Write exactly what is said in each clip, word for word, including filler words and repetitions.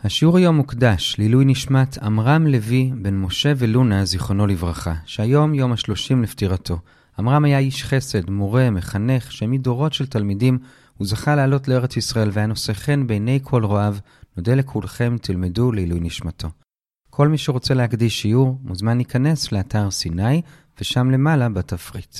השיעור היום מוקדש לעילוי נשמת עמרם לוי בן משה ולונה זיכרונו לברכה, שהיום יום השלושים לפטירתו. עמרם היה איש חסד, מורה, מחנך, שמדורות של תלמידים, הוא זכה לעלות לארץ ישראל והיה נושא חן בעיני כל רואיו. נודה לכולכם, תלמדו לעילוי נשמתו. כל מי שרוצה להקדיש שיעור מוזמן להיכנס לאתר סיני ושם למעלה בתפריט.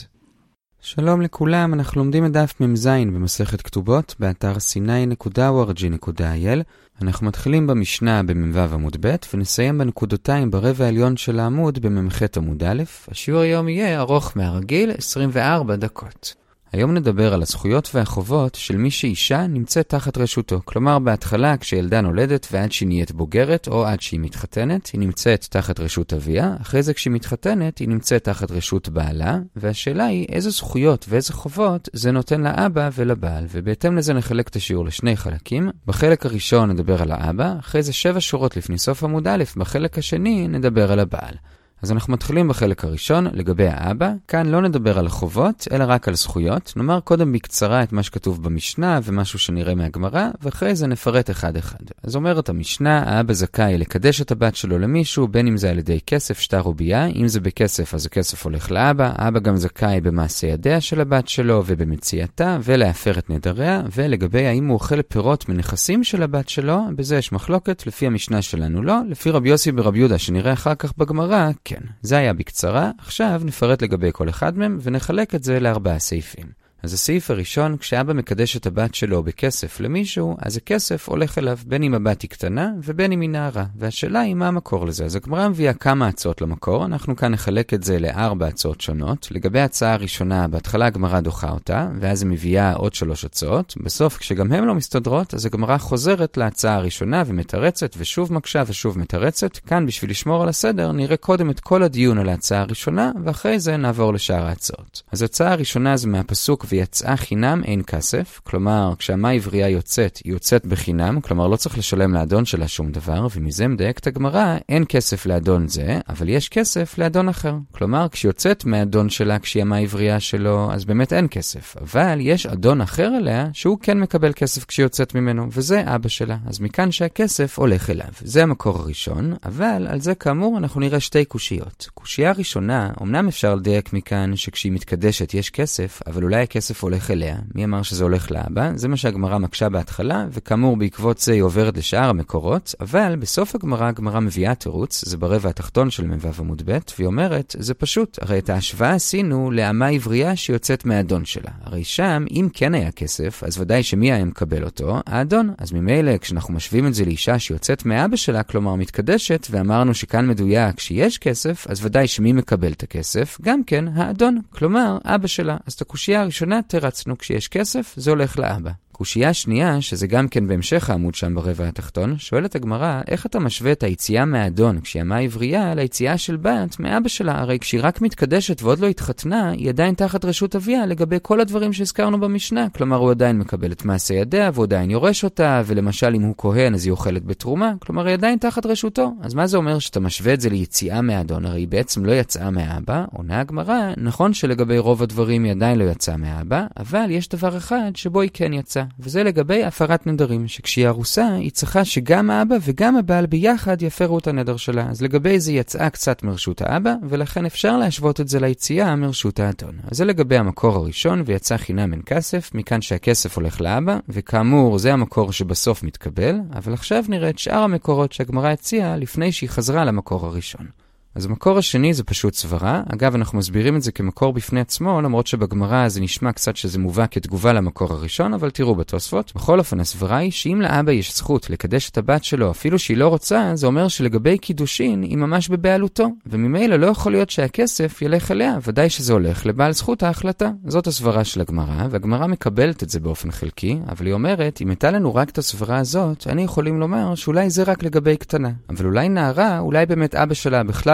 שלום לכולם, אנחנו לומדים את דף ממזין במסכת כתובות באתר סיני נקודה או אר ג'י נקודה איי אל. אנחנו מתחילים במשנה במ"ו עמוד ב' ונסיים בנקודותיים ברבע העליון של העמוד במ"ח עמוד א'. השיעור היום יהיה ארוך מהרגיל, עשרים וארבע דקות. היום נדבר על הזכויות והחובות של מי שאישה נמצאת תחת רשותו. כלומר, בהתחלה כשילדה נולדת ועד שהיא נהיית בוגרת או עד שהיא מתחתנת, היא נמצאת תחת רשות אביה. אחרי זה כשהיא מתחתנת, היא נמצאת תחת רשות בעלה. והשאלה היא איזה זכויות ואיזה חובות זה נותן לאבא ולבעל. ובהתאם לזה נחלק את השיעור לשני חלקים. בחלק הראשון נדבר על האבא, אחרי זה שבע שורות לפני סוף עמוד א', בחלק השני נדבר על הבעל. אז אנחנו מתחילים בחלק הראשון לגבי האבא. כאן לא נדבר על החובות, אלא רק על זכויות. נאמר קודם בקצרה את מה שכתוב במשנה ומשהו שנראה מהגמרא, ואחרי זה נפרט אחד אחד. אז אומרת המשנה, האבא זכאי לקדש את הבת שלו למישהו, בין אם זה על ידי כסף, שטר או בייה. אם זה בכסף, אז הכסף הולך לאבא. האבא גם זכאי במעשה ידיה של הבת שלו ובמציאתה, ולהפר את נדריה. ולגבי האם הוא אוכל פירות מנכסים של הבת שלו, בזה יש מחלוקת. לפי המשנה שלנו לא, לפי רבי יוסי ברבי יהודה שנראה אחר כך בגמרא, כן. זה היה בקצרה. עכשיו נפרט לגבי כל אחד מהם ונחלק את זה לארבעה סעיפים. אז הסעיף הראשון, כשאבא מקדש את הבת שלו בכסף למישהו, אז הכסף הולך אליו בין אם הבת היא קטנה ובין אם היא נערה. והשאלה היא מה המקור לזה. אז הגמרא מביאה כמה הצעות למקור. אנחנו כאן נחלק את זה לארבע הצעות שונות. לגבי ההצעה הראשונה, בהתחלה הגמרא דוחה אותה, ואז היא מביאה עוד שלוש הצעות. בסוף, כשגם הן לא מסתדרות, אז הגמרא חוזרת להצעה הראשונה ומתרצת ושוב מקשה ושוב מתרצת. כאן בשביל לשמור על הסדר, נראה קודם את כל הדיון על ההצעה הראשונה, ואחרי זה נעבור לשאר ההצעות. אז ההצעה הראשונה זה מהפסוק ויצאה חינם אין כסף, כלומר כשהמה עברייה יוצאת, היא יוצאת בחינם, כלומר לא צריך לשלם לאדון שלה שום דבר, ומזה מדייקת הגמרא, אין כסף לאדון זה, אבל יש כסף לאדון אחר. כלומר כשיוצאת מאדון שלה, כשהיא המה עברייה שלו, אז באמת אין כסף, אבל יש אדון אחר עליה, שהוא כן מקבל כסף כשהיא יוצאת ממנו, וזה אבא שלה. אז מכאן שהכסף הולך אליו. זה המקור הראשון, אבל על זה כאמור אנחנו נראה שתי קושיות. קושייה ראשונה, אמנם אפשר לדייק מכאן שכשהיא מתקדשת יש כסף, אבל אולי הכסף הולך אליה. מי אמר שזה הולך לאבא? זה מה שהגמרא מקשה בהתחלה, וכאמור בעקבות זה היא עוברת לשאר המקורות, אבל בסוף הגמרא, הגמרא מביאה תירוץ, זה ברבע התחתון של מ"ו עמוד ב', והיא אומרת, זה פשוט, הרי את ההשוואה עשינו לאמה עברייה שיוצאת מהאדון שלה. הרי שם, אם כן היה כסף, אז ודאי שמי היה מקבל אותו? האדון. אז ממילא, כשאנחנו משווים את זה לאישה שיוצאת מאבא שלה, כלומר מתקדשת, ואמרנו שכאן מדויק שיש כסף, אז ודאי שמי מקבל את הכסף? גם כן, האדון. כלומר, אבא שלה. אז את הקושייה הראשונה תרצנו, כשיש כסף, זה הולך לאבא. קושייה שנייה, שזה גם כן בהמשך העמוד שם ברבע התחתון, שואלת הגמרא, איך אתה משווה את היציאה מהאדון, כשהיא המה עברייה, ליציאה של בת מאבא שלה? הרי כשהיא רק מתקדשת ועוד לא התחתנה, היא עדיין תחת רשות אביה לגבי כל הדברים שהזכרנו במשנה. כלומר, הוא עדיין מקבל את מעשה ידיה, והוא עדיין יורש אותה, ולמשל אם הוא כהן, אז היא אוכלת בתרומה. כלומר, היא עדיין תחת רשותו. אז מה זה אומר שאתה משווה את זה ליציאה מהאדון? הרי היא בעצם לא יצאה מהאבא. עונה הגמרא, נכון שלגבי רוב הדברים היא עדיין לא יצאה מהאבא, אבל יש דבר אחד שבו היא כן יצאה. וזה לגבי הפרת נדרים, שכשהיא ארוסה, היא צריכה שגם האבא וגם הבעל ביחד יפרו את הנדר שלה. אז לגבי זה יצאה קצת מרשות האבא, ולכן אפשר להשוות את זה ליציאה מרשות האדון. אז זה לגבי המקור הראשון, ויצא חינם אין כסף, מכאן שהכסף הולך לאבא, וכאמור זה המקור שבסוף מתקבל, אבל עכשיו נראה את שאר המקורות שהגמרא הציעה לפני שהיא חזרה למקור הראשון. אז המקור השני זה פשוט סברה. אגב, אנחנו מסבירים את זה כמקור בפני עצמו, למרות שבגמרא זה נשמע קצת שזה מובא כתגובה למקור הראשון, אבל תראו בתוספות. בכל אופן, הסברה היא שאם לאבא יש זכות לקדש את הבת שלו, אפילו שהיא לא רוצה, זה אומר שלגבי קידושין היא ממש בבעלותו, וממילא לא יכול להיות שהכסף ילך אליה, ודאי שזה הולך לבעל זכות ההחלטה. זאת הסברה של הגמרא, והגמרא מקבלת את זה באופן חלקי, אבל היא אומרת, אם הייתה לנו רק את הסברה הזאת, אני יכולים לומר שאולי זה רק לגבי קטנה. אבל אולי נערה, אולי באמת אבא שלה בכלל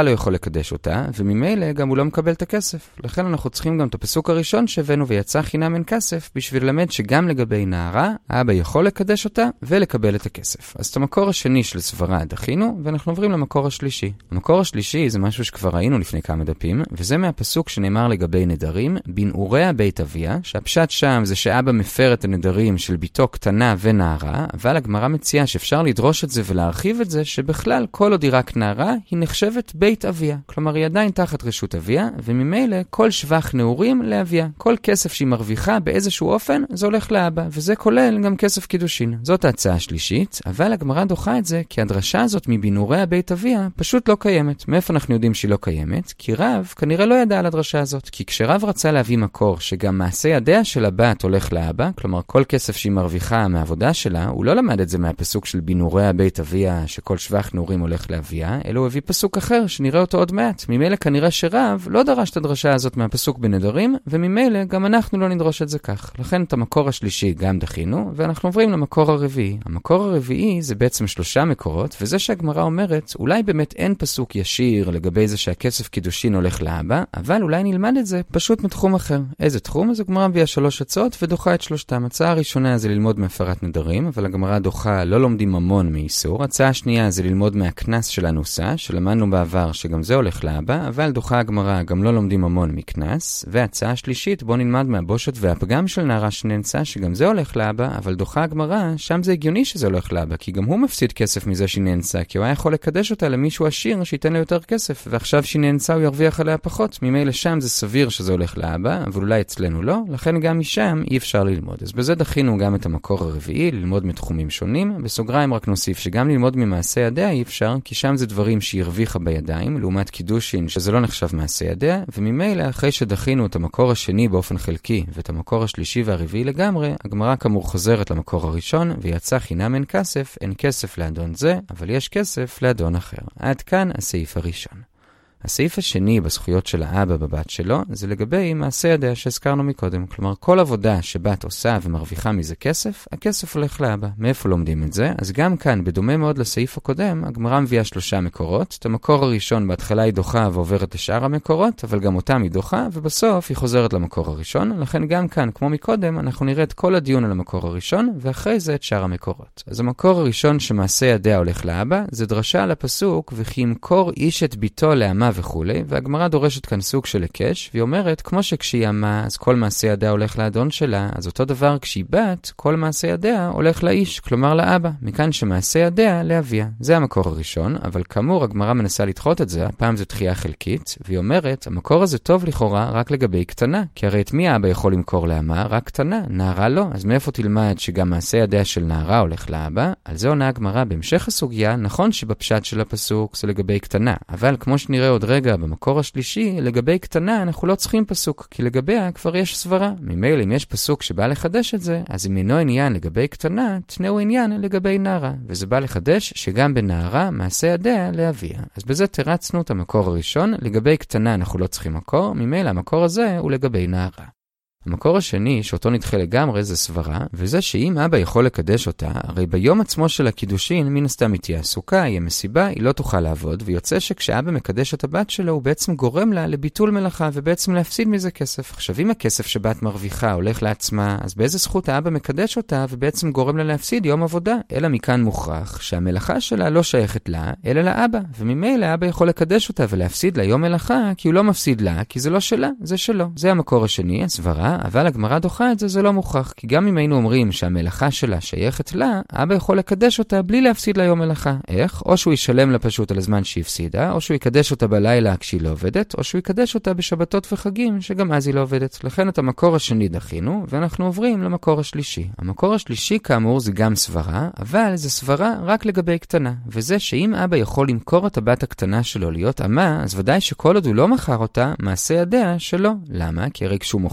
לא יכול לקדש אותה, וממילא גם הוא לא מקבל את הכסף. לכן אנחנו צריכים גם את הפסוק הראשון שהבאנו ויצא חינם אין כסף, בשביל ללמד שגם לגבי נערה, האבא יכול לקדש אותה ולקבל את הכסף. אז את המקור השני של סברה דחינו, ואנחנו עוברים למקור השלישי. המקור השלישי זה משהו שכבר ראינו לפני כמה דפים, וזה מהפסוק שנאמר לגבי נדרים, בנעוריה בית אביה, שהפשט שם זה שאבא מפר את הנדרים של ביתו קטנה ונערה, אבל הגמרא מציעה שאפשר לדרוש את זה ולהרחיב את זה, שבכלל כל עוד היא רק נערה, היא נחשבת בית אביה. כלומר, היא עדיין תחת רשות אביה, וממילא כל שבח נעורים לאביה. כל כסף שהיא מרוויחה באיזשהו אופן, זה הולך לאבא, וזה כולל גם כסף קידושין. זאת ההצעה השלישית, אבל הגמרא דוחה את זה, כי הדרשה הזאת מבנעוריה בית אביה פשוט לא קיימת. מאיפה אנחנו יודעים שהיא לא קיימת? כי רב כנראה לא ידע על הדרשה הזאת. כי כשרב רצה להביא מקור שגם מעשה ידיה של הבת הולך לאבא, כלומר כל כסף שהיא מרוויחה מהעבודה שלה, הוא לא למד את זה מהפסוק של בנעוריה בית אביה, שכל שבח נעורים הולך לאביה, אלא הוא הביא פסוק אחר שנראה אותו עוד מעט. ממילא כנראה שרב לא דרש את הדרשה הזאת מהפסוק בנדרים, וממילא גם אנחנו לא נדרוש את זה כך. לכן את המקור השלישי גם דחינו, ואנחנו עוברים למקור הרביעי. המקור הרביעי זה בעצם שלושה מקורות, וזה שהגמרא אומרת, אולי באמת אין פסוק ישיר לגבי זה שהכסף קידושין הולך לאבא, אבל אולי נלמד את זה פשוט מתחום אחר. איזה תחום? אז הגמרא מביאה שלוש הצעות ודוחה את שלושתם. הצעה הראשונה זה ללמוד מהפרת נדרים, אבל הגמרא דוחה לא לומדים ממון מאיסור. הצעה השנייה זה ללמוד מהכנס של הנוסה, שלמדנו בעבר שגם זה הולך לאבא, אבל דוחה הגמרא גם לא לומדים ממון מכנס. והצעה השלישית, בוא נלמד מהבושת והפגם של נערה שנאנסה, שגם זה הולך לאבא, אבל דוחה הגמרא, שם זה הגיוני שזה הולך לאבא, כי גם הוא מפסיד כסף מזה שהיא נאנסה, כי הוא היה יכול לקדש אותה למישהו עשיר שייתן לו יותר כסף, ועכשיו שהיא נאנסה הוא ירוויח עליה פחות. ממילא שם זה סביר שזה הולך לאבא, אבל אולי אצלנו לא, לכן גם משם אי אפשר ללמוד. אז בזה דחינו גם את המקור הרביעי, ללמוד מתחומים שונים. בסוגריים רק נוסיף שגם ללמוד ממעשה ידיה אי אפשר, כי שם זה דברים שהיא הרוויחה בידיים, לעומת קידושין שזה לא נחשב מעשה ידיה, וממילא אחרי שדחינו את המקור השני באופן חלקי, ואת המקור השלישי והרביעי לגמרי, הגמרא כאמור חוזרת למקור הראשון, ויצא חינם אין כסף, אין כסף לאדון זה, אבל יש כסף לאדון אחר. עד כאן הסעיף הראשון. הסעיף השני בזכויות של האבא בבת שלו, זה לגבי מעשה ידיה שהזכרנו מקודם. כלומר, כל עבודה שבת עושה ומרוויחה מזה כסף, הכסף הולך לאבא. מאיפה לומדים את זה? אז גם כאן, בדומה מאוד לסעיף הקודם, הגמרא מביאה שלושה מקורות. את המקור הראשון בהתחלה היא דוחה ועוברת לשאר המקורות, אבל גם אותם היא דוחה, ובסוף היא חוזרת למקור הראשון. לכן גם כאן, כמו מקודם, אנחנו נראה את כל הדיון על המקור הראשון, ואחרי זה את שאר המקורות. אז המקור הראשון שמעשה ידיה הולך לאבא, זה דרשה על הפסוק, וכי ימכור איש את ביתו לאמה וכולי, והגמרא דורשת כאן סוג של הקש, והיא אומרת, כמו שכשהיא אמה, אז כל מעשה ידיה הולך לאדון שלה, אז אותו דבר כשהיא בת, כל מעשה ידיה הולך לאיש, כלומר לאבא. מכאן שמעשה ידיה לאביה. זה המקור הראשון, אבל כאמור הגמרא מנסה לדחות את זה, הפעם זו דחייה חלקית, והיא אומרת, המקור הזה טוב לכאורה רק לגבי קטנה, כי הרי את מי האבא יכול למכור לאמה? רק קטנה, נערה לא. אז מאיפה תלמד שגם מעשה ידיה של נערה הולך לאבא? על זה עונה הגמרא בהמשך הסוגיה, נכון שבפשט של הפסוק זה לגבי קטנה, אבל כמו שנראה עוד רגע במקור השלישי, לגבי קטנה אנחנו לא צריכים פסוק, כי לגביה כבר יש סברה. ממילא אם יש פסוק שבא לחדש את זה, אז אם אינו עניין לגבי קטנה, תנאו עניין לגבי נערה, וזה בא לחדש שגם בנערה מעשה ידיה לאביה. אז בזה תרצנו את המקור הראשון, לגבי קטנה אנחנו לא צריכים מקור, ממילא המקור הזה הוא לגבי נערה. המקור השני, שאותו נדחה לגמרי, זה סברה, וזה שאם אבא יכול לקדש אותה, הרי ביום עצמו של הקידושין, מן הסתם היא תהיה עסוקה, היא מסיבה, היא לא תוכל לעבוד, ויוצא שכשאבא מקדש את הבת שלו, הוא בעצם גורם לה לביטול מלאכה, ובעצם להפסיד מזה כסף. עכשיו, אם הכסף שבת מרוויחה הולך לעצמה, אז באיזה זכות האבא מקדש אותה, ובעצם גורם לה להפסיד יום עבודה? אלא מכאן מוכרח שהמלאכה שלה לא שייכת לה, אלא לאבא, וממילא האבא יכול לקדש אותה ולהפסיד לה יום מלאכה, כי הוא לא מפסיד לה, כי זה לא שלה, זה שלו. זה המקור השני, הסברה. אבל הגמרא דוחה את זה, זה לא מוכרח, כי גם אם היינו אומרים שהמלאכה שלה שייכת לה, אבא יכול לקדש אותה בלי להפסיד לה יום מלאכה. איך? או שהוא ישלם לה פשוט על הזמן שהיא הפסידה, או שהוא יקדש אותה בלילה כשהיא לא עובדת, או שהוא יקדש אותה בשבתות וחגים שגם אז היא לא עובדת. לכן את המקור השני דחינו, ואנחנו עוברים למקור השלישי. המקור השלישי כאמור זה גם סברה, אבל זה סברה רק לגבי קטנה, וזה שאם אבא יכול למכור את הבת הקטנה שלו להיות אמה, אז ודאי שכל עוד הוא לא מכר אותה, מעשה ידיה שלא. למה? כי הרי כשהוא מוכר אותה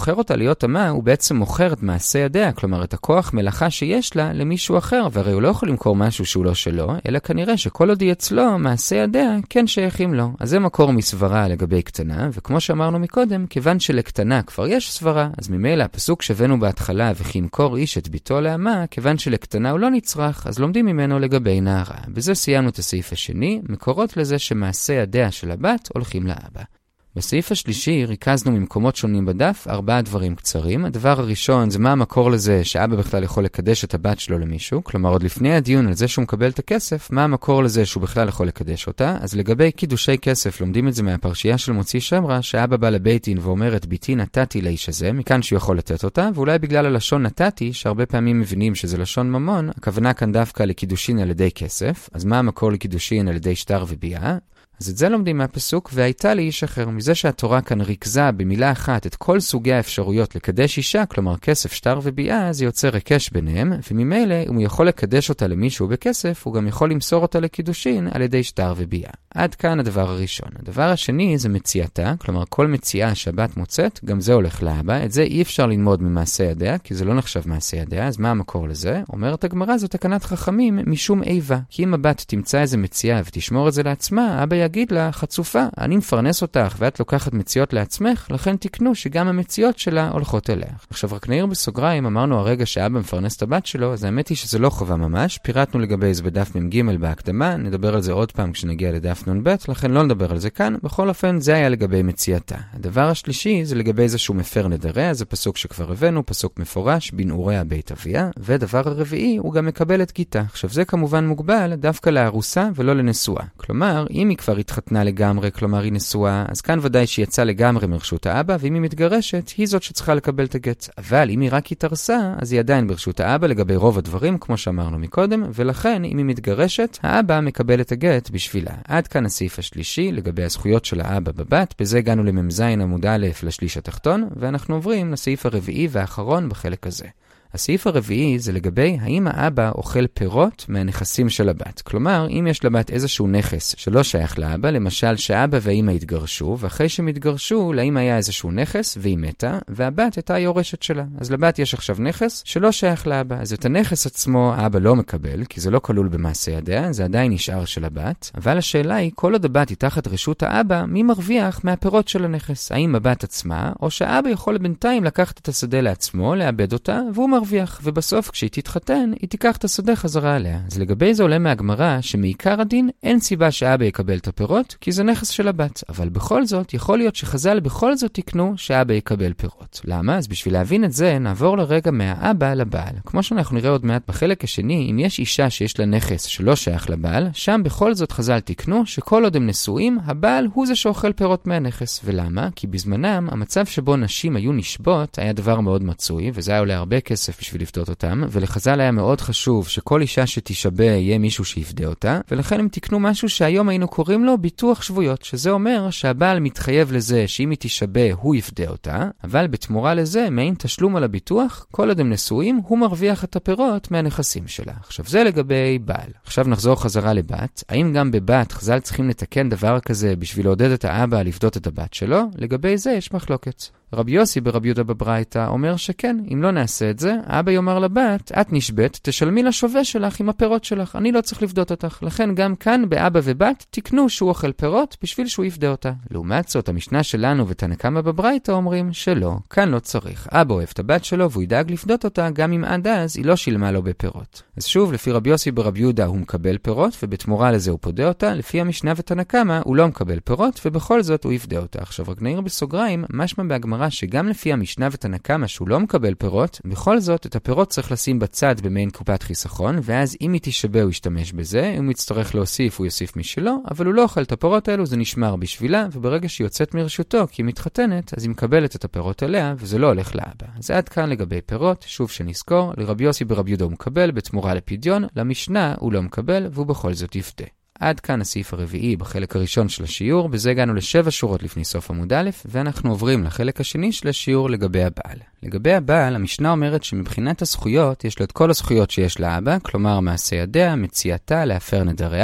להיות אמה, הוא בעצם מוכר את מעשה ידיה, כלומר את הכוח מלאכה שיש לה למישהו אחר, והרי הוא לא יכול למכור משהו שהוא לא שלו, אלא כנראה שכל עוד היא אצלו, מעשה ידיה כן שייכים לו. אז זה מקור מסברה לגבי קטנה, וכמו שאמרנו מקודם, כיוון שלקטנה כבר יש סברה, אז ממילא הפסוק שבנו בהתחלה וכי ימכור איש את ביתו לאמה, כיוון שלקטנה הוא לא נצרך, אז לומדים ממנו לגבי נערה. בזה סיימנו את הסעיף השני, מקורות לזה שמעשה ידיה של הבת הולכים לאבא. בסעיף השלישי ריכזנו ממקומות שונים בדף ארבעה דברים קצרים. הדבר הראשון זה מה המקור לזה שאבא בכלל יכול לקדש את הבת שלו למישהו, כלומר עוד לפני הדיון על זה שהוא מקבל את הכסף, מה המקור לזה שהוא בכלל יכול לקדש אותה. אז לגבי קידושי כסף לומדים את זה מהפרשייה של מוציא שמרה, שאבא בא לבית דין ואומר את ביתי נתתי לאיש הזה, מכאן שהוא יכול לתת אותה, ואולי בגלל הלשון נתתי, שהרבה פעמים מבינים שזה לשון ממון, הכוונה כאן דווקא לקידושין על ידי כסף. אז מה המקור לקידושין על ידי שטר וביאה? אז את זה לומדים מהפסוק, והייתה לאיש אחר. מזה שהתורה כאן ריכזה במילה אחת את כל סוגי האפשרויות לקדש אישה, כלומר כסף, שטר וביאה, זה יוצר ריקש ביניהם, וממילא אם הוא יכול לקדש אותה למישהו בכסף, הוא גם יכול למסור אותה לקידושין על ידי שטר וביאה. עד כאן הדבר הראשון. הדבר השני זה מציאתה, כלומר כל מציאה שהבת מוצאת, גם זה הולך לאבא. את זה אי אפשר ללמוד ממעשה ידיה, כי זה לא נחשב מעשה ידיה. אז מה המקור לזה? אומרת הגמרא, זו תקנת חכמים משום איבה. כי אם הבת תמצא איזה מציאה ותשמור את זה לעצמה, אבא יגיד לה, חצופה, אני מפרנס אותך ואת לוקחת מציאות לעצמך, לכן תקנו שגם המציאות שלה הולכות אליה. עכשיו רק נעיר בסוגריים, אמרנו הרגע שאבא מפרנס את הבת שלו, אז האמת היא שזה לא חובה ממש. פירטנו לגבי זה בדף מ"ג בהקדמה, נדבר על זה עוד פעם כשנגיע לדף נ"ב, לכן לא נדבר על זה כאן. בכל אופן זה היה לגבי מציאתה. הדבר השלישי זה לגבי זה שהוא מפר נדריה, זה פסוק שכבר הבאנו, פסוק מפורש בנעוריה בית אביה, ודבר הרביעי הוא גם מקבל את גיתה. עכשיו זה כמובן מוגבל דווקא לארוסה ולא לנשואה. כלומר, אם היא כבר התחתנה לגמרי, כלומר היא נשואה, אז כאן ודאי שהיא יצאה לגמרי מרשות האבא, ואם היא מתגרשת, היא זאת שצריכה לקבל את הגט. אבל אם היא רק התארסה, אז היא עדיין ברשות האבא לגבי רוב הדברים, כמו שאמרנו מקודם, ולכן אם היא מתגרשת, האבא מקבל את הגט בשבילה. עד כאן הסעיף השלישי לגבי הזכויות של האבא בבת, בזה הגענו לממזין עמוד א' לשליש התחתון, ואנחנו עוברים לסעיף הרביעי והאחרון בחלק הזה. הסעיף הרביעי זה לגבי האם האבא אוכל פירות מהנכסים של הבת. כלומר, אם יש לבת איזשהו נכס שלא שייך לאבא, למשל שאבא והאמא התגרשו, ואחרי שהם התגרשו, לאמא היה איזשהו נכס והיא מתה, והבת הייתה היורשת שלה. אז לבת יש עכשיו נכס שלא שייך לאבא. אז את הנכס עצמו האבא לא מקבל, כי זה לא כלול במעשה ידיה, זה עדיין נשאר של הבת. אבל השאלה היא, כל עוד הבת היא תחת רשות האבא, מי מרוויח מהפירות של הנכס? האם הבת עצמה, או שהאבא יכול בינתיים לקחת את השדה לעצמו, לאבד אותה, והוא מרוויח, ובסוף כשהיא תתחתן, היא תיקח את השדה חזרה עליה. אז לגבי זה עולה מהגמרא שמעיקר הדין אין סיבה שאבא יקבל את הפירות, כי זה נכס של הבת. אבל בכל זאת, יכול להיות שחז"ל בכל זאת תקנו שאבא יקבל פירות. למה? אז בשביל להבין את זה, נעבור לרגע מהאבא לבעל. כמו שאנחנו נראה עוד מעט בחלק השני, אם יש אישה שיש לה נכס שלא שייך לבעל, שם בכל זאת חז"ל תקנו שכל עוד הם נשואים, הבעל הוא זה שאוכל פירות מהנכס. ולמה? כי בזמנם, המצב שבו נשים היו נשבות היה דבר מאוד מצוי, וזה היה עולה הרבה כסף בשביל לפדות אותם, ולחז"ל היה מאוד חשוב שכל אישה שתשבה יהיה מישהו שיפדה אותה, ולכן הם תקנו משהו שהיום היינו קוראים לו ביטוח שבויות, שזה אומר שהבעל מתחייב לזה שאם היא תשבה הוא יפדה אותה, אבל בתמורה לזה, מעין תשלום על הביטוח, כל עוד הם נשואים, הוא מרוויח את הפירות מהנכסים שלה. עכשיו זה לגבי בעל. עכשיו נחזור חזרה לבת. האם גם בבת חז"ל צריכים לתקן דבר כזה בשביל לעודד את האבא לפדות את הבת שלו? לגבי זה יש מחלוקת. רבי יוסי ברבי יהודה בברייתא אומר שכן, אם לא נעשה את זה, האבא יאמר לבת, את נשבית, תשלמי לשווה שלך עם הפירות שלך, אני לא צריך לפדות אותך. לכן גם כאן באבא ובת תקנו שהוא אוכל פירות בשביל שהוא יפדה אותה. לעומת זאת, המשנה שלנו ותנא קמא בברייתא אומרים שלא, כאן לא צריך. אבא אוהב את הבת שלו והוא ידאג לפדות אותה, גם אם עד אז היא לא שילמה לו בפירות. אז שוב, לפי רבי יוסי ברבי יהודה הוא מקבל פירות, ובתמורה לזה הוא פודה אותה. לפי המשנה ותנא קמא הוא לא מקבל פירות, ובכל זאת הוא יפדה אותה. עכשיו רק נעיר בסוגריים, משמע בהגמרא שגם לפי המשנה ותנא קמא שהוא לא מקבל פירות, בכל זאת את הפירות צריך לשים בצד במעין קופת חיסכון, ואז אם היא תשבה הוא ישתמש בזה, אם הוא יצטרך להוסיף הוא יוסיף משלו, אבל הוא לא אוכל את הפירות האלו, זה נשמר בשבילה, וברגע שהיא יוצאת מרשותו כי היא מתחתנת, אז היא מקבלת את הפירות עליה, וזה לא הולך לאבא. אז עד כאן לגבי פירות, שוב שנזכור, לרבי יוסי ברבי יהודה הוא מקבל בתמורה לפדיון, למשנה הוא לא מקבל והוא בכל זאת יפדה. עד כאן הסעיף הרביעי בחלק הראשון של השיעור, בזה הגענו לשבע שורות לפני סוף עמוד א', ואנחנו עוברים לחלק השני של השיעור לגבי הבעל. לגבי הבעל, המשנה אומרת שמבחינת הזכויות, יש לו את כל הזכויות שיש לאבא, כלומר מעשה ידיה, מציאתה, להפר נדריה.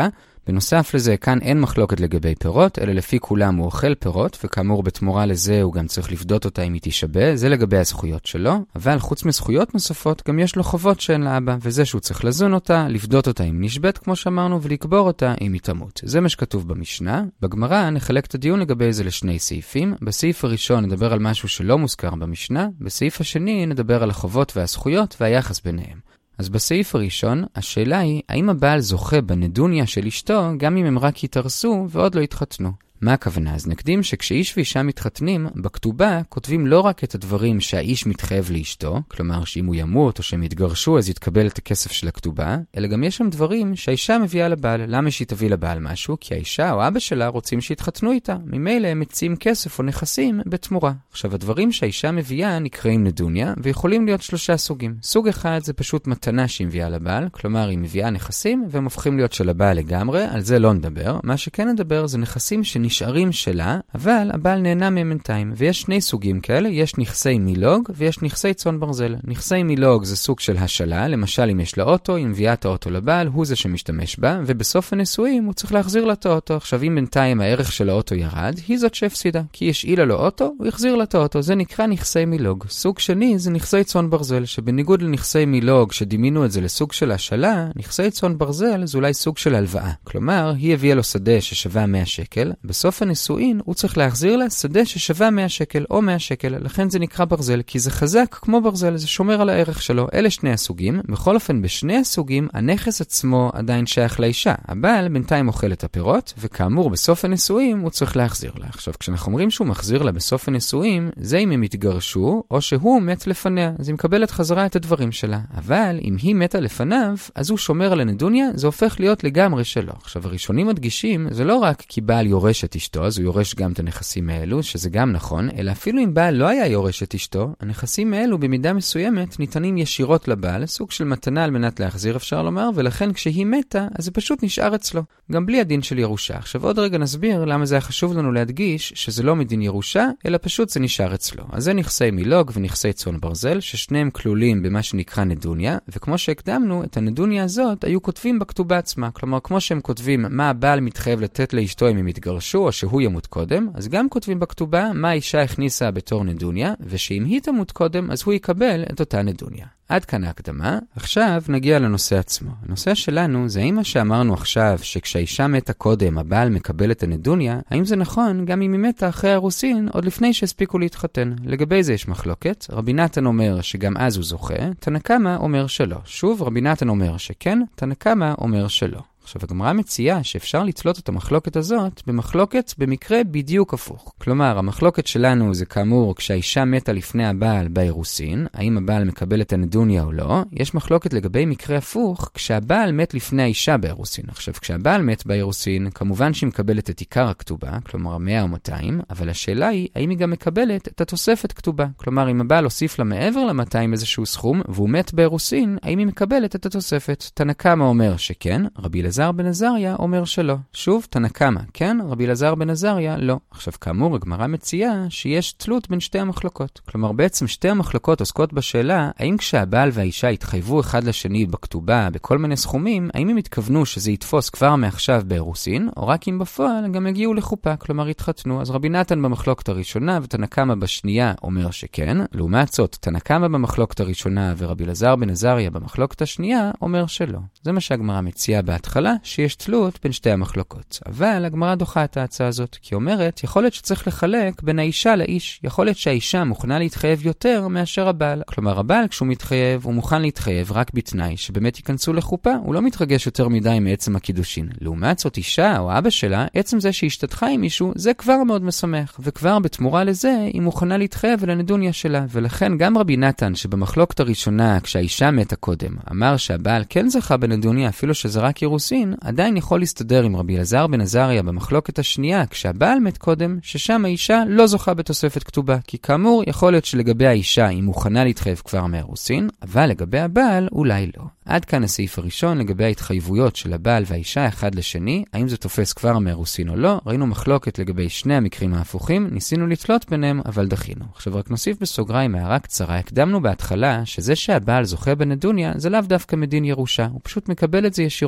בנוסף לזה, כאן אין מחלוקת לגבי פירות, אלא לפי כולם הוא אוכל פירות, וכאמור בתמורה לזה הוא גם צריך לפדות אותה אם היא תשבה, זה לגבי הזכויות שלו, אבל חוץ מזכויות נוספות, גם יש לו חובות שאין לאבא, וזה שהוא צריך לזון אותה, לפדות אותה אם נשבת, כמו שאמרנו, ולקבור אותה אם היא תמות. זה מה שכתוב במשנה. בגמרא נחלק את הדיון לגבי זה לשני סעיפים. בסעיף הראשון נדבר על משהו שלא מוזכר במשנה, בסעיף השני נדבר על החובות והזכויות והיחס ביניהם. אז בסעיף הראשון, השאלה היא, האם הבעל זוכה בנדוניה של אשתו, גם אם הם רק יתארסו ועוד לא יתחתנו? מה הכוונה? אז נקדים שכשאיש ואישה מתחתנים, בכתובה כותבים לא רק את הדברים שהאיש מתחייב לאשתו, כלומר שאם הוא ימות או שהם יתגרשו אז יתקבל את הכסף של הכתובה, אלא גם יש שם דברים שהאישה מביאה לבעל. למה שהיא תביא לבעל משהו? כי האישה או אבא שלה רוצים שיתחתנו איתה. ממילא הם מציעים כסף או נכסים בתמורה. עכשיו הדברים שהאישה מביאה נקראים נדוניה, ויכולים להיות שלושה סוגים. סוג אחד זה פשוט מתנה שהיא מביאה לבעל, כלומר היא מביאה נכסים והם הופכים להיות של הבעל לגמרי, על זה לא נדבר. מה שכן נדבר זה נכסים נשארים שלה, אבל הבעל נהנה מהם בינתיים. ויש שני סוגים כאלה, יש נכסי מילוג ויש נכסי צאן ברזל. נכסי מילוג זה סוג של השלה, למשל אם יש לה אוטו, היא מביאה את האוטו לבעל, הוא זה שמשתמש בה, ובסוף הנישואים הוא צריך להחזיר לה את האוטו. עכשיו אם בינתיים הערך של האוטו ירד, היא זאת שהפסידה, כי יש אילה לו אוטו, הוא יחזיר לה את האוטו. זה נקרא נכסי מילוג. סוג שני זה נכסי צאן ברזל, שבניגוד לנכסי מילוג שדימינו את זה לסוג של השלה, נכסי צאן ברזל זה אולי סוג של הלוואה. כלומר, היא הביאה לו שדה ששווה מאה שקל, בסוף הנישואין הוא צריך להחזיר לה שדה ששווה מאה שקל או מאה שקל, לכן זה נקרא ברזל, כי זה חזק כמו ברזל, זה שומר על הערך שלו. אלה שני הסוגים. בכל אופן, בשני הסוגים הנכס עצמו עדיין שייך לאישה. הבעל בינתיים אוכל את הפירות, וכאמור בסוף הנישואין הוא צריך להחזיר לה. עכשיו, כשאנחנו אומרים שהוא מחזיר לה בסוף הנישואין, זה אם הם התגרשו או שהוא מת לפניה, אז היא מקבלת חזרה את הדברים שלה. אבל אם היא מתה לפניו, אז הוא שומר על הנדוניה, זה הופך להיות לגמרי שלו. עכשיו, הראשונים מדגישים, זה לא רק כי בעל יורש את אשתו, אז הוא יורש גם את הנכסים האלו, שזה גם נכון, אלא אפילו אם בעל לא היה יורש את אשתו, הנכסים האלו במידה מסוימת ניתנים ישירות לבעל, סוג של מתנה על מנת להחזיר אפשר לומר, ולכן כשהיא מתה, אז זה פשוט נשאר אצלו, גם בלי הדין של ירושה. עכשיו עוד רגע נסביר למה זה היה חשוב לנו להדגיש שזה לא מדין ירושה, אלא פשוט זה נשאר אצלו. אז זה נכסי מילוג ונכסי צאן ברזל, ששניהם כלולים במה שנקרא נדוניה, וכמו שהקדמנו, את הנדוניה הזאת היו כותבים בכתובה עצמה. כלומר, כמו שהם כותבים מה הבעל מתחייב לתת לאשתו אם הם יתגרשו או שהוא ימות קודם, אז גם כותבים בכתובה מה האישה הכניסה בתור נדוניה, ושאם היא תמות קודם, אז הוא יקבל את אותה נדוניה. עד כאן ההקדמה. עכשיו נגיע לנושא עצמו. הנושא שלנו זה האם מה שאמרנו עכשיו, שכשהאישה מתה קודם, הבעל מקבל את הנדוניה, האם זה נכון גם אם היא מתה אחרי הרוסין, עוד לפני שהספיקו להתחתן. לגבי זה יש מחלוקת. רבי נתן אומר שגם אז הוא זוכה, תנא קמא אומר שלא. שוב, רבי נתן אומר שכן, תנא קמא אומר שלא. עכשיו, הגמרא מציעה שאפשר לתלות את המחלוקת הזאת במחלוקת במקרה בדיוק הפוך. כלומר, המחלוקת שלנו זה כאמור כשהאישה מתה לפני הבעל באירוסין, האם הבעל מקבל את הנדוניה או לא. יש מחלוקת לגבי מקרה הפוך כשהבעל מת לפני האישה באירוסין. עכשיו, כשהבעל מת באירוסין, כמובן שהיא מקבלת את עיקר הכתובה, כלומר מאה או מאתיים, אבל השאלה היא האם היא גם מקבלת את התוספת כתובה. כלומר, אם הבעל הוסיף לה מעבר ל-מאתיים איזשהו סכום והוא מת באירוסין, האם היא מקבלת את התוספת? תנא קמא אומר שכן, רבי אלעזר בן עזריה אומר שלא. שוב, תנא קמא כן, רבי אלעזר בן עזריה לא. עכשיו, כאמור, הגמרא מציעה שיש תלות בין שתי המחלוקות. כלומר, בעצם שתי המחלוקות עוסקות בשאלה האם כשהבעל והאישה התחייבו אחד לשני בכתובה בכל מיני סכומים, האם הם התכוונו שזה יתפוס כבר מעכשיו באירוסין, או רק אם בפועל גם הגיעו לחופה, כלומר התחתנו. אז רבי נתן במחלוקת הראשונה ותנא קמא בשנייה אומר שכן. לעומת זאת, תנא קמא במחלוקת הראשונה ורבי אלעזר בן עזריה במחלוקת השנייה אומר שלא. זה מה שהגמרא מציעה בהתחלה, שיש תלות בין שתי המחלוקות. אבל הגמרא דוחה את ההצעה הזאת, כי אומרת, יכול להיות שצריך לחלק בין האישה לאיש. יכול להיות שהאישה מוכנה להתחייב יותר מאשר הבעל. כלומר, הבעל כשהוא מתחייב, הוא מוכן להתחייב רק בתנאי שבאמת ייכנסו לחופה, הוא לא מתרגש יותר מדי מעצם הקידושין. לעומת זאת, אישה או אבא שלה, עצם זה שהשתתחה עם מישהו, זה כבר מאוד משמח, וכבר בתמורה לזה היא מוכנה להתחייב על הנדוניה שלה. ולכן גם רבי נתן שבמחלוקת הראשונה, כשהאישה מתה קודם, אמר שהבעל כן זכה בנדוניה אפילו שזה רק אירוסין, עדיין יכול להסתדר עם רבי אלעזר בן עזריה במחלוקת השנייה, כשהבעל מת קודם, ששם האישה לא זוכה בתוספת כתובה. כי כאמור, יכול להיות שלגבי האישה היא מוכנה להתחייב כבר מאירוסין, אבל לגבי הבעל אולי לא. עד כאן הסעיף הראשון לגבי ההתחייבויות של הבעל והאישה אחד לשני, האם זה תופס כבר מאירוסין או לא. ראינו מחלוקת לגבי שני המקרים ההפוכים, ניסינו לתלות ביניהם, אבל דחינו. עכשיו רק נוסיף בסוגריים הערה קצרה. הקדמנו בהתחלה שזה שהבעל זוכה בנדוניה, זה לאו דווקא מדין ירושה, הוא פשוט מקבל את זה ישירות אליו.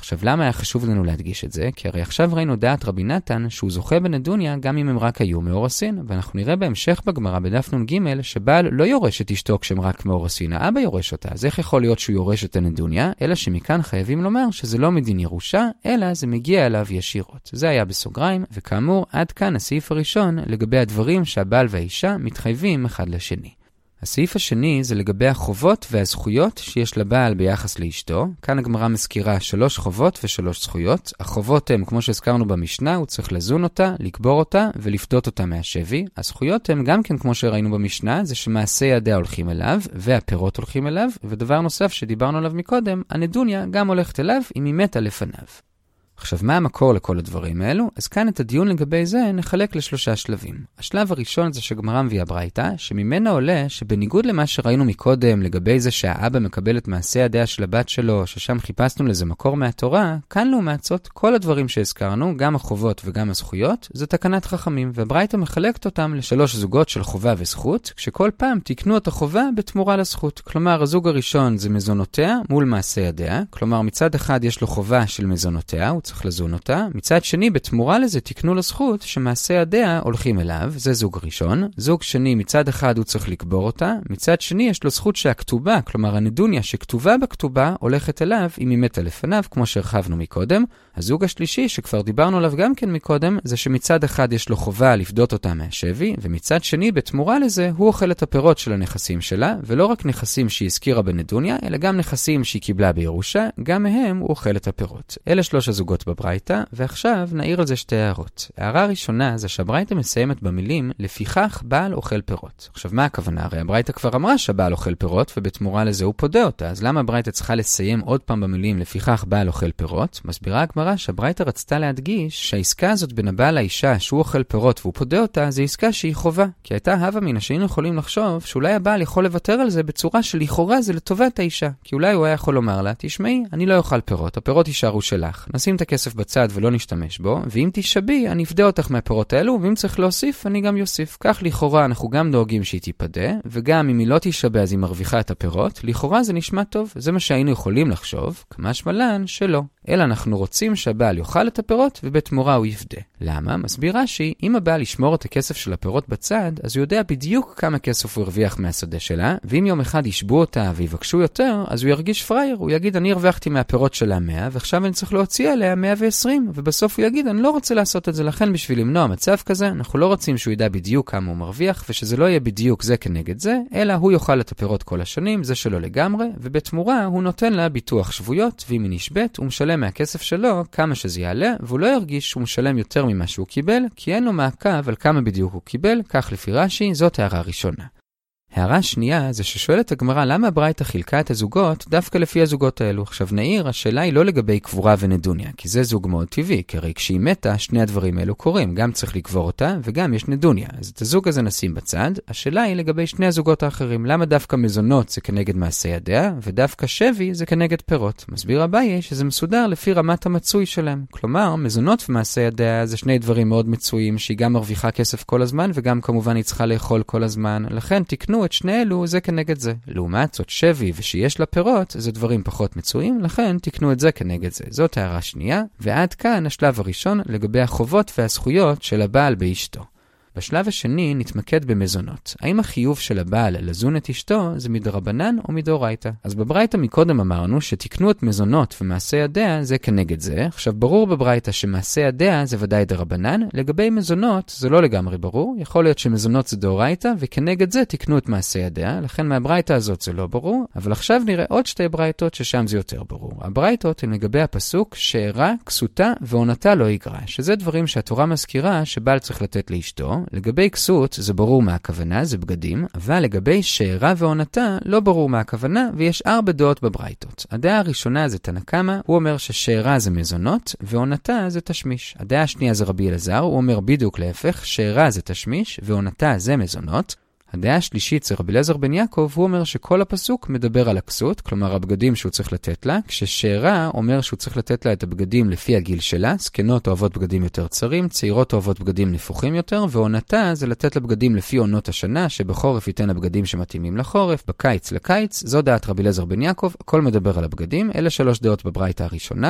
עכשיו, למה היה חשוב לנו להדגיש את זה? כי הרי עכשיו ראינו דעת רבי נתן שהוא זוכה בנדוניה גם אם הם רק היו מאורסין, ואנחנו נראה בהמשך בגמרא בדף נ"ג שבעל לא יורש את אשתו כשהם רק מאורסין, האבא יורש אותה. אז איך יכול להיות שהוא יורש את הנדוניה? אלא שמכאן חייבים לומר שזה לא מדין ירושה, אלא זה מגיע אליו ישירות. זה היה בסוגריים, וכאמור, עד כאן הסעיף הראשון לגבי הדברים שהבעל והאישה מתחייבים אחד לשני. הסעיף השני זה לגבי החובות והזכויות שיש לבעל ביחס לאשתו. כאן הגמרא מזכירה שלוש חובות ושלוש זכויות. החובות הם, כמו שהזכרנו במשנה, הוא צריך לזון אותה, לקבור אותה ולפדות אותה מהשבי. הזכויות הם גם כן, כמו שראינו במשנה, זה שמעשי ידיה הולכים אליו והפירות הולכים אליו. ודבר נוסף שדיברנו עליו מקודם, הנדוניה גם הולכת אליו אם היא מתה לפניו. עכשיו, מה המקור לכל הדברים האלו? אז כאן את הדיון לגבי זה נחלק לשלושה שלבים. השלב הראשון זה שגמרא מביאה ברייתא, שממנה עולה שבניגוד למה שראינו מקודם לגבי זה שהאבא מקבל את מעשי ידיה של הבת שלו, ששם חיפשנו לזה מקור מהתורה, כאן לעומת זאת כל הדברים שהזכרנו, גם החובות וגם הזכויות, זה תקנת חכמים, וברייתא מחלקת אותם לשלוש זוגות של חובה וזכות, כשכל פעם תקנו את החובה בתמורה לזכות. כלומר, הזוג הראשון זה מזונותיה מול מעשי ידיה, כלומר מצד אחד יש לו חובה של מזונותיה, הוא צריך לזון אותה. מצד שני, בתמורה לזה תקנו לזכות שמעשי ידיה הולכים אליו, זה זוג ראשון. זוג שני, מצד אחד הוא צריך לקבור אותה, מצד שני יש לו זכות שהכתובה, כלומר הנדוניה שכתובה בכתובה, הולכת אליו אם היא מתה לפניו, כמו שהרחבנו מקודם. הזוג השלישי, שכבר דיברנו עליו גם כן מקודם, זה שמצד אחד יש לו חובה לפדות אותה מהשבי, ומצד שני, בתמורה לזה, הוא אוכל את הפירות של הנכסים שלה, ולא רק נכסים שהיא הזכירה בנדוניה, אלא גם נכסים שהיא קיבלה בירושה, גם מהם הוא אוכל את הפירות. אלה שלוש הזוגות בברייתא, ועכשיו נעיר על זה שתי הערות. הערה הראשונה זה שהברייתא מסיימת במילים לפיכך בעל אוכל פירות. עכשיו, מה הכוונה? הרי הברייתא כבר אמרה שהבעל אוכל פירות, ובתמורה לזה הוא פודה אותה. אז למה הברייתא צריכה לסיים עוד פעם במילים לפיכך בעל אוכל פירות? מסבירה הגמרא שהברייתא רצתה להדגיש שהעסקה הזאת בין הבעל לאישה שהוא אוכל פירות והוא פודה אותה, זה עסקה שהיא חובה. כי הייתה הווה מן שהיינו יכולים לחשוב שאולי הבעל יכול לוותר על זה בצורה שלכאורה זה לטובת האישה. כי אולי הוא היה יכול לומר לה, תשמעי, אני לא אוכל פירות, הפירות יישארו שלך. נשים את הכסף בצד ולא נשתמש בו, ואם תשבי, אני אפדה אותך מהפירות האלו, ואם צריך להוסיף, אני גם יוסיף. כך לכאורה אנחנו גם דואגים שהיא תיפדה, וגם אם היא לא תשבה אז היא מרוויחה את הפירות, לכאורה זה נשמע טוב. זה מה שהיינו יכולים לחשוב, כמשמע לן שלא. אלא אנחנו רוצים שהבעל יאכל את הפירות ובתמורה הוא יפדה. למה? מסבירה שהיא, אם הבעל ישמור את הכסף של הפירות בצד, אז הוא יודע בדיוק כמה כסף הוא הרוויח מהשדה שלה, ואם יום אחד ישבו אותה ויבקשו יותר, אז הוא ירגיש פרייר, הוא יגיד אני הרווחתי מהפירות שלה מאה, ועכשיו אני צריך להוציא עליה מאה ועשרים, ובסוף הוא יגיד אני לא רוצה לעשות את זה, לכן בשביל למנוע מצב כזה, אנחנו לא רוצים שהוא ידע בדיוק כמה הוא מרוויח, ושזה לא יהיה בדיוק זה כנגד זה, אלא הוא יאכל את הפירות כל השנים, זה שלו לגמרי, ובתמורה הוא נותן לה ביטוח שבויות, ואם היא נשבט, הוא משלם מהכסף שלו כמה שזה יעלה, והוא לא ירגיש שהוא משלם יותר ממה שהוא קיבל, כי אין לו מעקב על כמה בדיוק הוא קיבל, כך לפי רש"י, זאת הערה ראשונה. הערה שנייה זה ששואלת הגמרא למה הברייתא חילקה את הזוגות דווקא לפי הזוגות האלו. עכשיו נעיר, השאלה היא לא לגבי קבורה ונדוניה, כי זה זוג מאוד טבעי, כי הרי כשהיא מתה, שני הדברים האלו קורים, גם צריך לקבור אותה וגם יש נדוניה. אז את הזוג הזה נשים בצד, השאלה היא לגבי שני הזוגות האחרים, למה דווקא מזונות זה כנגד מעשי ידיה, ודווקא שבי זה כנגד פירות. מסביר אביי שזה מסודר לפי רמת המצוי שלהם. כלומר, מזונות ומעשי ידיה זה שני דברים מאוד מצויים, שהיא גם מרוויחה כסף כל הזמן, וגם כמובן היא צריכה לאכול כל הזמן. לכן תקנו את שני אלו זה כנגד זה. לעומת זאת שבי ושיש לה פירות זה דברים פחות מצויים, לכן תקנו את זה כנגד זה. זאת הערה שנייה, ועד כאן השלב הראשון לגבי החובות והזכויות של הבעל באשתו. בשלב השני נתמקד במזונות. האם החיוב של הבעל לזון את אשתו זה מדרבנן או מדאורייתא? אז בברייתא מקודם אמרנו שתקנו את מזונות ומעשי ידיה זה כנגד זה. עכשיו ברור בברייתא שמעשי ידיה זה ודאי דרבנן, לגבי מזונות זה לא לגמרי ברור. יכול להיות שמזונות זה דאורייתא וכנגד זה תקנו את מעשי ידיה, לכן מהברייתא הזאת זה לא ברור. אבל עכשיו נראה עוד שתי ברייתות ששם זה יותר ברור. הברייתות הן לגבי הפסוק שאירה, כסותה ועונתה לא יגרע, שזה דברים שהתורה מזכירה שבעל צריך לתת לאשתו. לגבי כסות זה ברור מה הכוונה, זה בגדים, אבל לגבי שאירה ועונתה לא ברור מה הכוונה, ויש ארבע דעות בברייתות. הדעה הראשונה זה תנא קמא, הוא אומר ששאירה זה מזונות, ועונתה זה תשמיש. הדעה השנייה זה רבי אלעזר, הוא אומר בדיוק להפך, שאירה זה תשמיש, ועונתה זה מזונות. הדעה השלישית זה רבי אליעזר בן יעקב, הוא אומר שכל הפסוק מדבר על הכסות, כלומר הבגדים שהוא צריך לתת לה, כששאירה אומר שהוא צריך לתת לה את הבגדים לפי הגיל שלה, זקנות אוהבות בגדים יותר צרים, צעירות אוהבות בגדים נפוחים יותר, ועונתה זה לתת לה בגדים לפי עונות השנה, שבחורף ייתן לה בגדים שמתאימים לחורף, בקיץ לקיץ, זו דעת רבי אליעזר בן יעקב, הכל מדבר על הבגדים, אלה שלוש דעות בברייתא הראשונה.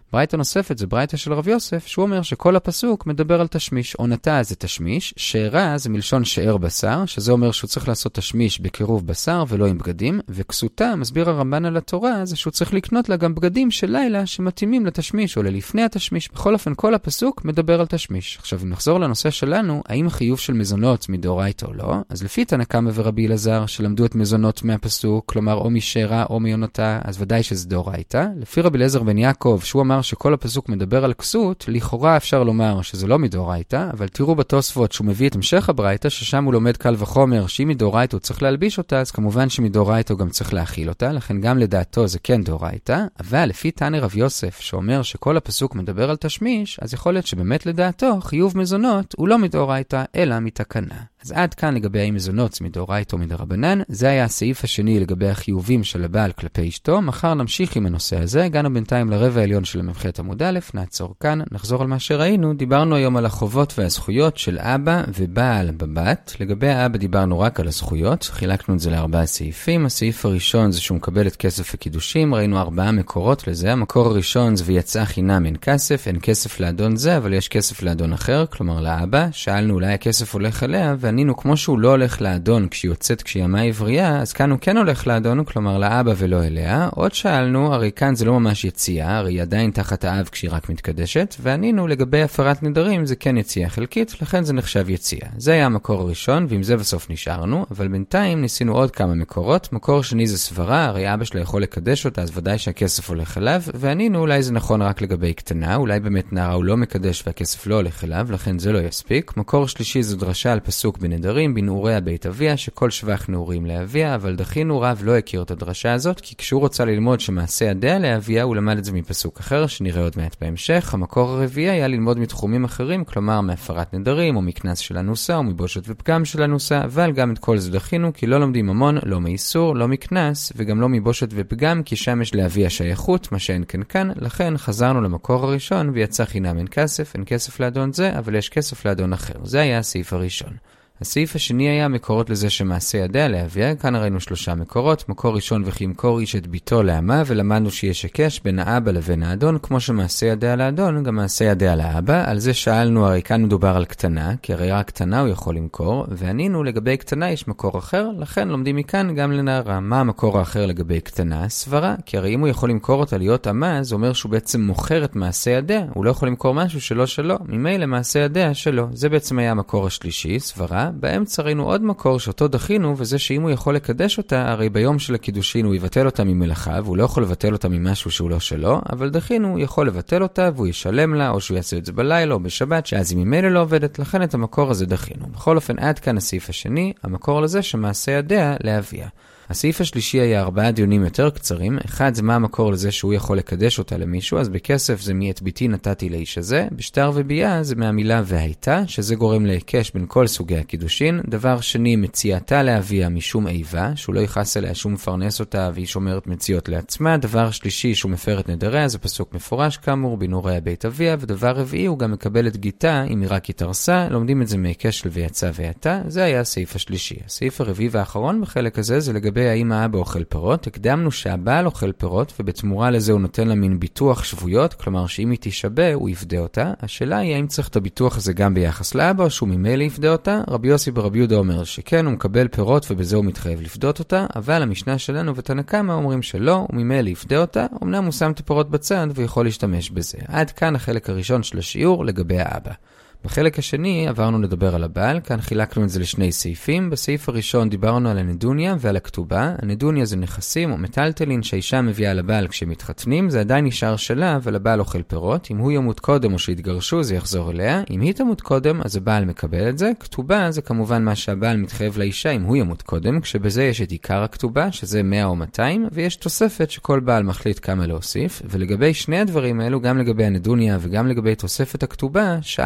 ברייתא נוספת זה ברייתא של רב יוסף, שהוא אומר שכל הפסוק מדבר על תשמיש. עונתה זה תשמיש, שארה זה מלשון שאר בשר, שזה אומר שהוא צריך לעשות תשמיש בקירוב בשר ולא עם בגדים, וכסותה, מסביר הרמב"ן על התורה, זה שהוא צריך לקנות לה גם בגדים של לילה שמתאימים לתשמיש או ללפני התשמיש. בכל אופן, כל הפסוק מדבר על תשמיש. עכשיו, אם נחזור לנושא שלנו, האם חיוב של מזונות מדאורייתא או לא? אז לפי תנא קמא ורבי אלעזר שלמדו את מזונות מהפסוק, כלומר או משארה או מיונתה, אז ודאי שזה דאורייתא. לפי רבי אליעזר בן יעקב, שהוא אמר שכל הפסוק מדבר על כסות, לכאורה אפשר לומר שזה לא מדאורייתא, אבל תראו בתוספות שהוא מביא את המשך הברייתא, ששם הוא לומד קל וחומר שאם מדאורייתא הוא צריך להלביש אותה, אז כמובן שמדאורייתא הוא גם צריך להאכיל אותה, לכן גם לדעתו זה כן דאורייתא. אבל לפי תנא רב יוסף שאומר שכל הפסוק מדבר על תשמיש, אז יכול להיות שבאמת לדעתו חיוב מזונות הוא לא מדאורייתא אלא מתקנה. אז עד כאן לגבי האם מזונות מדאורייתא או מדרבנן. זה היה הסעיף השני לגבי החיובים של הבעל כלפי אשתו. מחר נמשיך עם הנושא הזה. הגענו בינתיים לרבע העליון של המ"ח עמוד א', נעצור כאן, נחזור על מה שראינו. דיברנו היום על החובות והזכויות של אבא ובעל בבת. לגבי האבא דיברנו רק על הזכויות, חילקנו את זה לארבעה סעיפים. הסעיף הראשון זה שהוא מקבל את כסף הקידושים, ראינו ארבעה מקורות לזה. המקור הראשון זה ויצא חינם אין כסף, אין כסף לאדון זה, אבל יש כסף לאדון אחר, כלומר לאבא. שאלנו אולי הכסף הולך אליה, וענינו כמו שהוא לא הולך לאדון כשהיא יוצאת כשהיא ימה עברייה, אז כאן הוא כן הולך לאדון, כלומר לאבא ולא אליה. עוד שאלנו, הרי כאן זה לא ממש יציאה, הרי היא עדיין תחת האב כשהיא רק מתקדשת, וענינו לגבי הפרת נדרים זה כן יציאה חלקית, לכן זה נחשב יציאה. זה היה המקור הראשון, ועם זה בסוף נשארנו, אבל בינתיים ניסינו עוד כמה מקורות. מקור שני זה סברה, הרי אבא שלה יכול לקדש אותה, אז ודאי שהכסף הולך אליו, וענינו אולי זה נכון רק לגבי קטנה, אולי באמת נערה הוא לא מקדש והכסף לא הולך אליו, לכן זה לא יספיק. מקור שלישי זה דרשה על פסוק בנדרים, בנעוריה בית אביה, שכל שבח נעורים לאביה, אבל דחינו רב לא הכיר את הדרשה הזאת, כי כשהוא רוצה ללמוד שמעשה ידיה לאביה, הוא למד את זה מפסוק אחר, שנראה עוד מעט בהמשך. המקור הרביעי היה ללמוד מתחומים אחרים, כלומר מהפרת נדרים, או מכנס של הנוסה, או מבושת ופגם של הנוסה, אבל גם את כל זה דחינו, כי לא לומדים המון, לא מאיסור, לא מכנס, וגם לא מבושת ופגם, כי שם יש לאביה שייכות, מה שאין כאן כאן. לכן חזרנו למקור הראשון, ויצא חינם אין כסף, אין כסף לאדון זה, אבל יש כסף לאדון אחר. זה היה הסעיף הראשון. הסעיף השני היה מקורות לזה שמעשה ידיה לאביה. כאן ראינו שלושה מקורות. מקור ראשון וכי ימכור איש את ביתו לאמה, ולמדנו שיש הקש בין האבא לבין האדון, כמו שמעשה ידיה לאדון, גם מעשה ידיה לאבא. על זה שאלנו, הרי כאן מדובר על קטנה, כי הרי רק קטנה הוא יכול למכור, וענינו לגבי קטנה יש מקור אחר, לכן לומדים מכאן גם לנערה. מה המקור האחר לגבי קטנה? סברה, כי הרי אם הוא יכול למכור אותה להיות אמה, זה אומר שהוא בעצם מוכר את מעשה ידיה, הוא לא יכול למכור משהו שלא שלו, ממילא מעשה ידיה שלו. זה בעצם היה המקור השלישי, סברה. באמצע ראינו עוד מקור שאותו דחינו, וזה שאם הוא יכול לקדש אותה, הרי ביום של הקידושין הוא יבטל אותה ממלאכיו, הוא לא יכול לבטל אותה ממשהו שהוא לא שלו, אבל דחינו, הוא יכול לבטל אותה והוא ישלם לה, או שהוא יעשה את זה בלילה או בשבת, שאז היא ממילא לא עובדת, לכן את המקור הזה דחינו. בכל אופן, עד כאן הסעיף השני, המקור לזה שמעשה ידיה לאביה. הסעיף השלישי היה ארבעה דיונים יותר קצרים. אחד זה מה המקור לזה שהוא יכול לקדש אותה למישהו, אז בכסף זה מי את ביתי נתתי לאיש הזה. בשטר ובייה זה מהמילה והייתה, שזה גורם להיקש בין כל סוגי הקידושין. דבר שני, מציאתה לאביה משום איבה, שהוא לא יכעס אליה שהוא מפרנס אותה והיא שומרת מציאות לעצמה. דבר שלישי, שהוא מפר את נדריה, זה פסוק מפורש כאמור, בנעוריה בית אביה. ודבר רביעי, הוא גם מקבל את גיתה אם היא רק התארסה. לומדים את זה מהיקש של ויצא והייתה. זה היה הסעיף השלישי. הסעיף הרביעי והאחרון בחלק הזה זה לגבי האם האבא אוכל פירות. הקדמנו שהבעל אוכל פירות, ובתמורה לזה הוא נותן לה מין ביטוח שבויות, כלומר שאם היא תשבה הוא יפדה אותה. השאלה היא האם צריך את הביטוח הזה גם ביחס לאבא, או שהוא ממילא יפדה אותה. רבי יוסי ברבי יהודה אומר שכן, הוא מקבל פירות ובזה הוא מתחייב לפדות אותה, אבל המשנה שלנו ותנא קמא אומרים שלא, הוא ממילא יפדה אותה, אמנם הוא שם את הפירות בצד ויכול להשתמש בזה. עד כאן החלק הראשון של השיעור לגבי האבא. בחלק השני עברנו לדבר על הבעל, כאן חילקנו את זה לשני סעיפים. בסעיף הראשון דיברנו על הנדוניה ועל הכתובה. הנדוניה זה נכסים או מטלטלין שהאישה מביאה לבעל כשמתחתנים, זה עדיין נשאר שלה ולבעל אוכל פירות. אם הוא ימות קודם או שהתגרשו זה יחזור אליה, אם היא תמות קודם אז הבעל מקבל את זה. כתובה זה כמובן מה שהבעל מתחייב לאישה אם הוא ימות קודם, כשבזה יש את עיקר הכתובה שזה מאה או מאתיים, ויש תוספת שכל בעל מחליט כמה להוסיף. ולגבי שני הדברים האלו, גם לגבי הנדוניה וגם לגבי תוספת הכתובה, שאלנו מה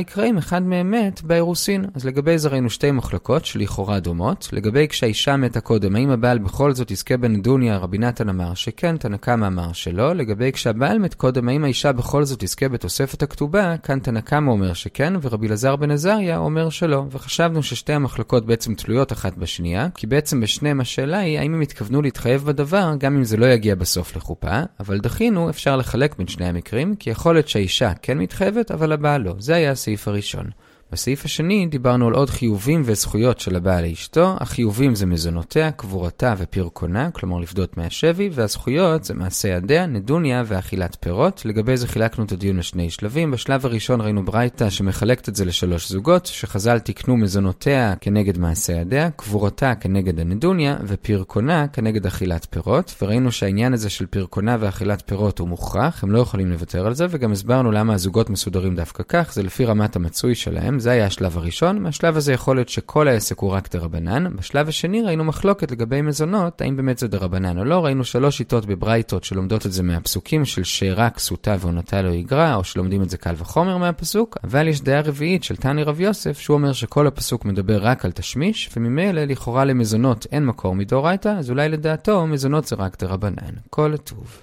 המקראים, אחד מהם מת באירוסין. אז לגבי זה ראינו שתי מחלוקות שלכאורה דומות. לגבי כשהאישה מתה קודם, האם הבעל בכל זאת יזכה בנדוניה? רבי נתן אמר שכן, תנא קמא אמר שלא. לגבי כשהבעל מת קודם, האם האישה בכל זאת יזכה בתוספת הכתובה? כאן תנא קמא אומר שכן, ורבי אלעזר בן עזריה אומר שלא. וחשבנו ששתי המחלוקות בעצם תלויות אחת בשנייה, כי בעצם בשניהם השאלה היא האם הם התכוונו להתחייב בדבר, גם אם זה לא יגיע בסוף לחופה. אבל דחינו, אפשר לחלק בין שני המקרים, כי יכול להיות שהאישה כן מתחייבת, אבל הבעל לא. זה היה הסעיף הראשון. בסעיף השני דיברנו על עוד חיובים וזכויות של הבעל לאשתו. החיובים זה מזונותיה, קבורתה ופרקונה, כלומר לפדות מהשבי, והזכויות זה מעשה ידיה, נדוניה ואכילת פירות. לגבי זה חילקנו את הדיון לשני שלבים. בשלב הראשון ראינו ברייתא שמחלקת את זה לשלוש זוגות, שחז"ל תיקנו מזונותיה כנגד מעשה ידיה, קבורתה כנגד הנדוניה, ופרקונה כנגד אכילת פירות. וראינו שהעניין הזה של פרקונה ואכילת פירות הוא מוכרח, הם לא יכולים לוותר על זה, וגם הסברנו למה הזוגות מסודרים דווקא כך, זה לפי רמת המצוי שלהם. זה היה השלב הראשון. מהשלב הזה יכול להיות שכל העסק הוא רק דרבנן. בשלב השני ראינו מחלוקת לגבי מזונות, האם באמת זה דרבנן או לא. ראינו שלוש שיטות בברייתות שלומדות את זה מהפסוקים של שארה כסותה ועונתה לא יגרע, או שלומדים את זה קל וחומר מהפסוק. אבל יש דעה רביעית של תני רב יוסף, שהוא אומר שכל הפסוק מדבר רק על תשמיש, וממילא לכאורה למזונות אין מקור מדאורייתא, אז אולי לדעתו מזונות זה רק דרבנן. כל טוב.